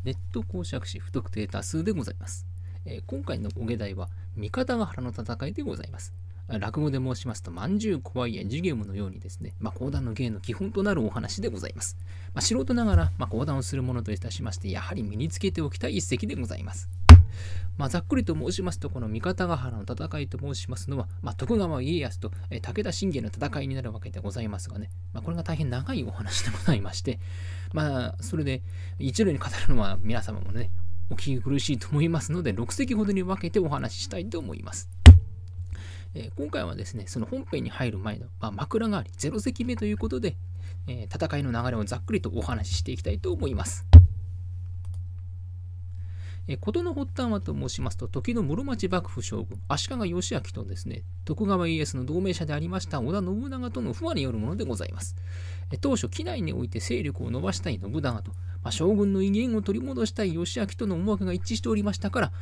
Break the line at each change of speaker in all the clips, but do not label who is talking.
ネット公爵士不特定多数でございます。今回のお下題は三方ヶ原の戦いでございます。落語で申しますと、まんじゅう怖いやジゲムのようにですね、講談の芸の基本となるお話でございます。素人ながら、講談をするものといたしまして、やはり身につけておきたい一席でございます。ざっくりと申しますと、この三方ヶ原の戦いと申しますのは、徳川家康と武田信玄の戦いになるわけでございますがね、これが大変長いお話でございまして、それで一度に語るのは皆様もね、お聞き苦しいと思いますので、6席ほどに分けてお話ししたいと思います。今回はですね、その本編に入る前の、枕代わり0席目ということで、戦いの流れをざっくりとお話ししていきたいと思います。事の発端はと申しますと、時の室町幕府将軍足利義昭とですね、徳川家康の同盟者でありました織田信長との不和によるものでございます。当初畿内において勢力を伸ばしたい信長と、将軍の威厳を取り戻したい義昭との思惑が一致しておりましたから、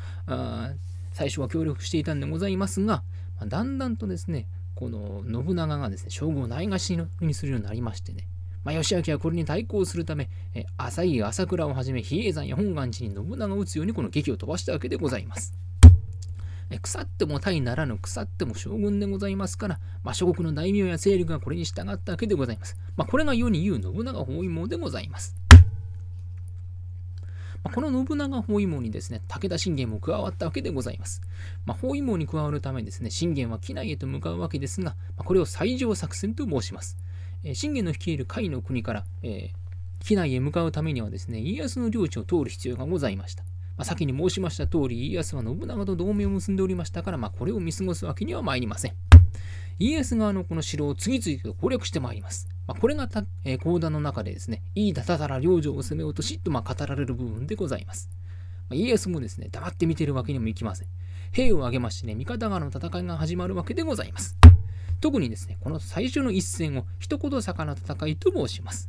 最初は協力していたんでございますが、だんだんとですね、この信長がですね、将軍をないがしろにするようになりましてね、義昭はこれに対抗するため、朝家朝倉をはじめ比叡山や本願寺に信長を討つようにこの劇を飛ばしたわけでございます。腐っても他ならぬ腐っても将軍でございますから、諸国の大名や勢力がこれに従ったわけでございます。これが世に言う信長包囲網でございます。この信長包囲網にですね、武田信玄も加わったわけでございます。包囲網に加わるためですね、信玄は畿内へと向かうわけですが、これを西条作戦と申します。信玄の率いる甲斐の国から、畿内へ向かうためにはですね、家康の領地を通る必要がございました。先に申しました通り、家康は信長と同盟を結んでおりましたから、これを見過ごすわけには参りません。家康側のこの城を次々と攻略してまいります。これが講談の中でですね、飯田多々良城を攻め落としと語られる部分でございます。家康もですね、黙って見ているわけにもいきません。兵を挙げましてね、三方ヶ原の戦いが始まるわけでございます。特にですね、この最初の一戦を一言坂の戦いと申します。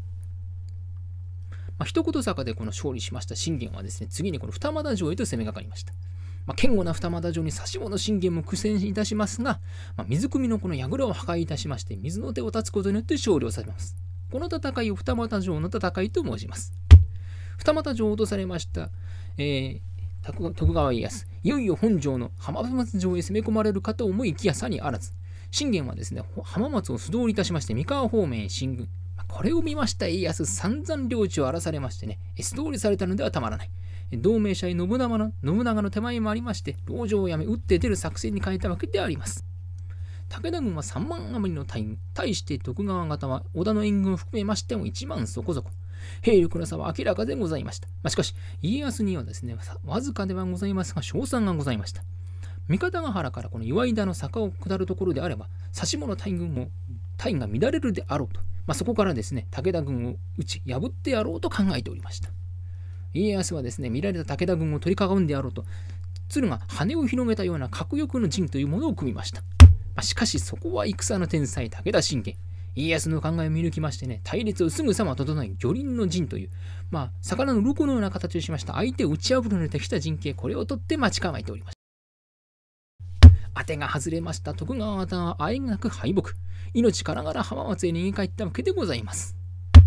一言坂でこの勝利しました信玄はですね、次にこの二俣城へと攻めかかりました。堅固な二俣城に差し物信玄も苦戦いたしますが、水汲みのこの櫓を破壊いたしまして、水の手を断つことによって勝利をされます。この戦いを二俣城の戦いと申します。二俣城を落とされました、徳川家康、いよいよ本城の浜松城へ攻め込まれるかと思いきやさにあらず、信玄はですね、浜松を素通りいたしまして三河方面へ進軍。これを見ました家康、散々領地を荒らされましてね、素通りされたのではたまらない。同盟者へ信長の手前もありまして、籠城をやめ打って出る作戦に変えたわけであります。武田軍は3万余りの大軍、対して徳川方は織田の援軍を含めましても1万そこそこ。兵力の差は明らかでございました。しかし、家康にはですね、わずかではございますが、勝算がございました。三方ヶ原からこの岩井田の坂を下るところであれば、差し物大軍も隊が乱れるであろうと、そこからですね、武田軍を打ち破ってやろうと考えておりました。家康はですね、見られた武田軍を取り囲んでやろうと、鶴が羽を広げたような核翼の陣というものを組みました。しかしそこは戦の天才武田信玄。家康の考えを見抜きましてね、隊列をすぐさま整え、魚鱗の陣という、魚の鱗のような形をしました相手を打ち破るのに適した陣形、これを取って待ち構えておりました。当てが外れました徳川方はあえなく敗北。命からがら浜松へ逃げ帰ったわけでございます。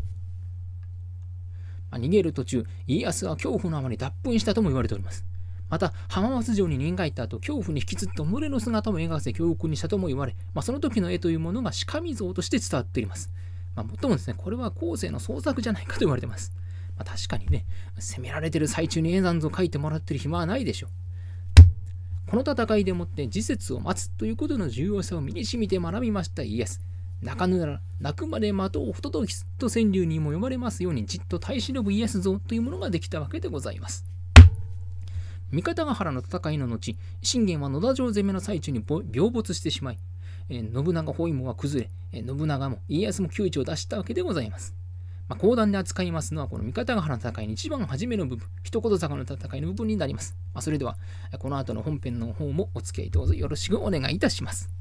逃げる途中、家康は恐怖のあまり脱糞したとも言われております。また、浜松城に逃げ帰った後、恐怖に引きつった群れの姿も描かせ教訓にしたとも言われ、その時の絵というものが鹿見像として伝わっております。もっともですね、これは後世の創作じゃないかと言われています。確かにね、攻められている最中に絵なんぞ描いてもらっている暇はないでしょう。この戦いでもって時節を待つということの重要さを身に染みて学びました家康。泣かぬなら泣くまで待とう不届きと川柳にも読まれますように、じっと耐え忍ぶ家康像というものができたわけでございます。三方ヶ原の戦いの後、信玄は野田城攻めの最中に病没してしまい、信長包囲網は崩れ、信長も家康も窮地を脱したわけでございます。講談で扱いますのはこの三方ヶ原の戦いの一番初めの部分、一言坂の戦いの部分になります。それではこの後の本編の方もお付き合いどうぞよろしくお願いいたします。